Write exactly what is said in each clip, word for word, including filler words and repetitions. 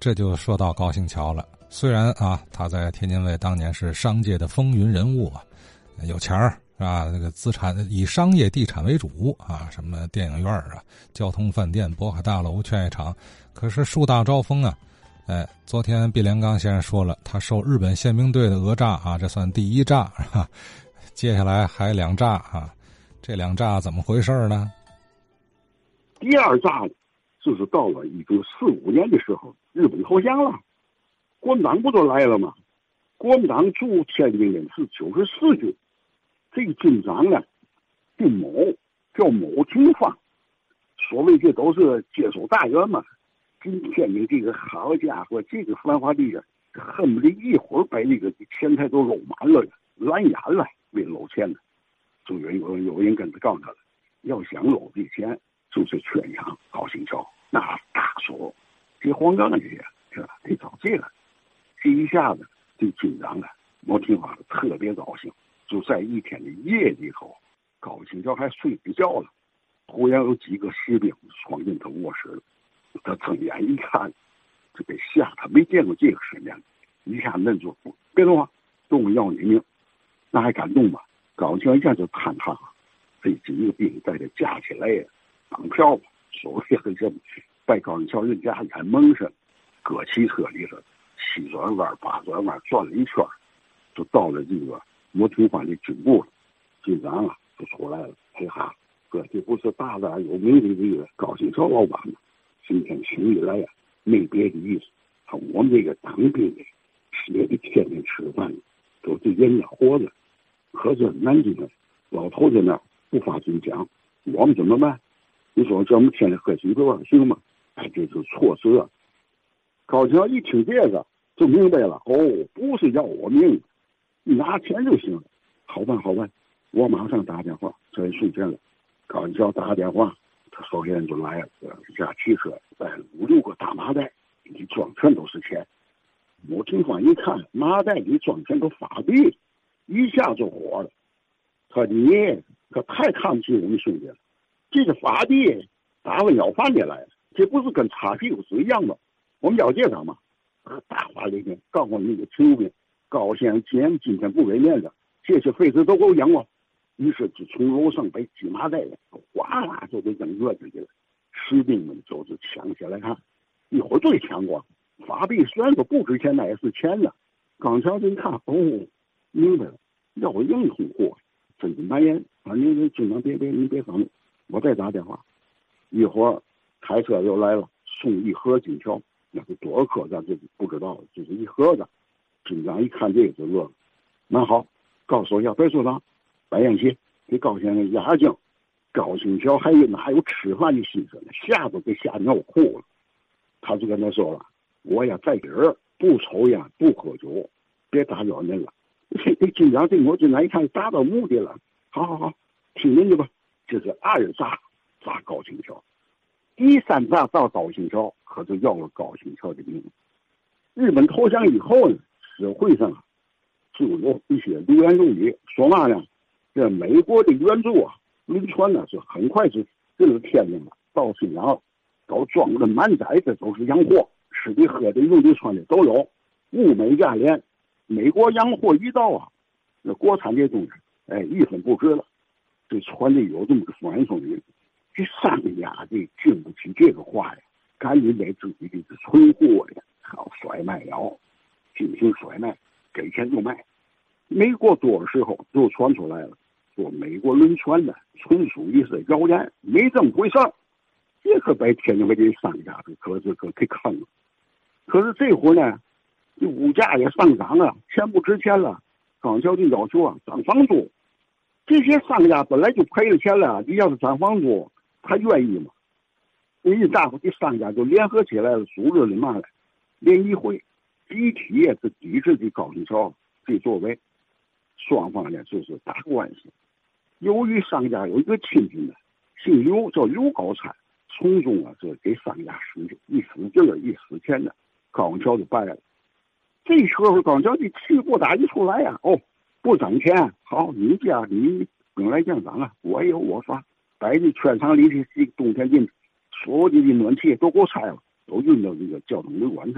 这就说到高新桥了。虽然啊，他在天津卫当年是商界的风云人物啊，有钱儿啊，那个资产以商业地产为主啊，什么电影院啊、交通饭店、渤海大楼、劝业场。可是树大招风啊，哎，昨天毕连刚先生说了，他受日本宪兵队的讹诈啊，这算第一诈啊，接下来还两诈啊，这两诈怎么回事呢？ 第二诈就是到了一九四五年的时候，日本投降了，国民党不就来了吗？国民党驻天津人是九十四军，这个军长呢，姓某，叫某廷芳。所谓这都是接手大员嘛。今天的这个好家伙，这个繁华地段，恨不得一会儿把这个钱财都搂满了，蓝眼了，为搂钱的。就有有有人跟他告诉他了，要想搂这钱，就是圈养高新桥，那大手，这黄冈这些是吧？得找这个。这一下子，这军长啊，某廷芳特别高兴。就在一天的夜里头，高新桥还睡不着了，忽然有几个士兵闯进他卧室了。他睁眼一看，就被吓，他没见过这个世面，一下愣住，别动啊，动我要你命，那还敢动吗？高新桥一下就坍塌了，这几个兵在这架起来绑票吧，所谓的这拜高新桥人家还蒙上，搁汽车里头七转弯八转弯转了一圈，就到了这个某廷芳的军部了。军长啊就出来了，嘿哈，哥，这不是大大有名的这个高新桥老板吗？今天请你来呀、啊，没别的意思。他我们这个当兵的，也得天天吃饭，都是人家活着。可是南京的老头子呢不发军饷，我们怎么办？你说叫我们天天喝几顿行吗？哎，这是错事啊！高新桥一听这个就明白了，哦，不是要我命，你拿钱就行了。好办好办，我马上打电话，这一瞬间了。高新桥打电话。他首先就来了，一架汽车带了五六个大麻袋，里装全都是钱。某廷芳一看麻袋里装全都法币，一下就火了。他说：“你可太看不起我们兄弟了！这个法币打完要饭的来了，这不是跟擦屁股是一样吗？我们要这干嘛？”大发雷霆，告诉你个清兵，高先生既然今天不给面子，这些废纸都给我养了。于是就从楼上把鸡麻袋哗啦就给扔院子去了。士兵们就是抢下来看，一会儿就给抢光。法币虽然说不值钱，那也是钱呢。刚才一看，哦，明白了，要硬通货，真是难言。啊，您您军长别别，您别慌，我再打电话。一会儿开车又来了，送一盒金条，那是多少颗咱就不知道了，就是一盒子。军长一看这个就乐了，那好，告诉手下白处长。白彦奇给高先生压惊，高新桥还有哪有吃饭的心思呢？吓都给吓尿裤了。他就跟他说了：“我呀在这儿不抽烟不喝酒，别打扰您了。”这这军长这某军长一看达到目的了，好好好，听您的吧。这是二炸炸高新桥，第三炸到高新桥，可就要了高新桥的命。日本投降以后呢，社会上就有一些流言蜚语，说嘛呢？这美国的援助啊，轮船呢是很快就进了天津了，到沈阳，都装的满载，这都是洋货，吃的、喝的、用的、穿的都有，物美价廉。美国洋货一到啊，那国产这东西，哎，一分不值了。这船里有这么个风言风语，这商家这经不起这个话呀，赶紧给自己的存货呀，好甩卖了，进行甩卖，给钱就卖。没过多少时候，就传出来了。说美国轮船呢，纯属于是谣言，没这么回事儿。这可把天津卫这商家可是可给坑了。可是这会儿呢，这物价也上涨了，钱不值钱了。高桥就要求啊涨房租，这些商家本来就赔了钱了，你要是涨房租，他愿意吗？一大伙的商家就联合起来了，组织了嘛了联谊会，集体也是抵制这高新桥这作为。双方呢就是打官司。由于商家有一个亲戚呢，姓刘，叫刘高灿，从中啊这给商家使一使劲儿一使钱呢，高新桥就败了。这时候高新桥的气不打一出来呀、啊，哦，不涨钱，好，你家你兵来将挡啊，我有我发，把这全厂里的这冬天进所有的暖气都给我拆了，都运到这个交通旅馆去了。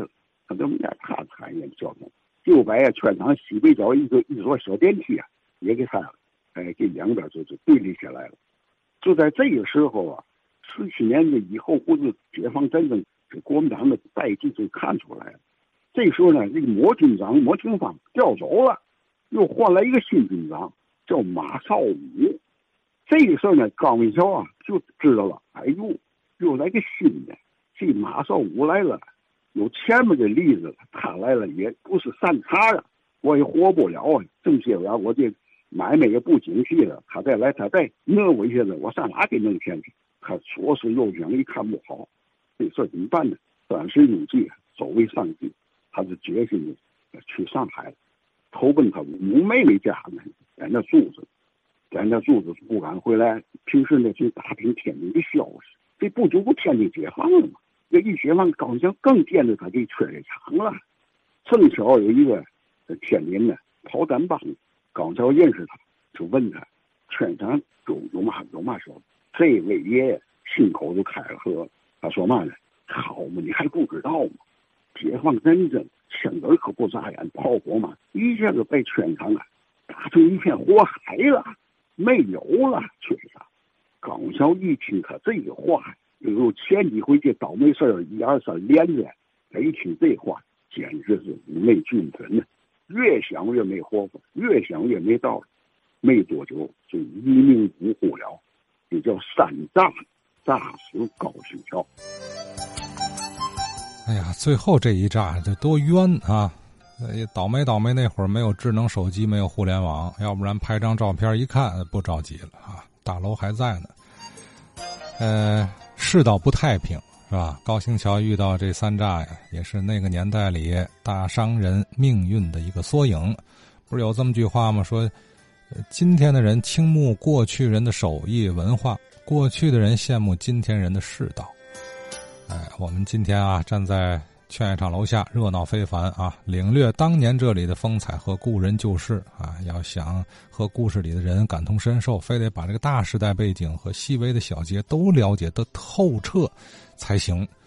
他怎么样？他参与交通，就把全场西北角一个一座小电梯啊也给拆了，哎，这两边就是对立起来了。就在这个时候啊，十七年的以后，不是解放战争，这国民党的败绩就看出来了。这时候呢，这个模军长模廷芳调走了，又换来一个新军长叫马绍武。这个事儿呢，高文桥啊就知道了，哎呦，又来个新的，这马绍武来了，有前面的例子，他来了也不是善茬啊，我也活不了啊。这些呀，我这买卖也不景气了，他再来，他再讹我一下子，我上哪给弄钱去？他左思右想，一看不好，这事儿怎么办呢？短时有计，走为上计，他是决心的去上海了，投奔他五妹妹家呢，在那住着。在那住着不敢回来，平时呢去打听天津的消息。这不久不天津解放了嘛？这一解放，高翔更惦着他这缺这场了。正巧有一个天津的跑单帮，高桥认识他，就问他全场有有嘛有嘛说。这位爷爷信口就开了河，他说嘛呢？好嘛，你还不知道吗？解放战争枪子可不眨眼，炮火嘛一下子被全场啊打成一片火海了。没有了，缺啥？高桥一听他这个话，有前几回这倒霉事儿一二三连着，他一听这话，简直是五内俱焚呢。越想越没活法，越想越没道理。没多久就一命呜呼了，这叫山炸，炸死高兴桥。 哎呀，最后这一炸这多冤啊！倒霉倒霉，那会儿没有智能手机，没有互联网，要不然拍张照片一看不着急了啊，大楼还在呢。呃，世道不太平是吧？高兴桥遇到这三炸呀，也是那个年代里大商人命运的一个缩影。不是有这么句话吗？说、呃、今天的人倾慕过去人的手艺文化，过去的人羡慕今天人的世道。哎，我们今天啊站在劝业场楼下热闹非凡啊，领略当年这里的风采和故人旧事啊。要想和故事里的人感同身受，非得把这个大时代背景和细微的小节都了解得透彻才行。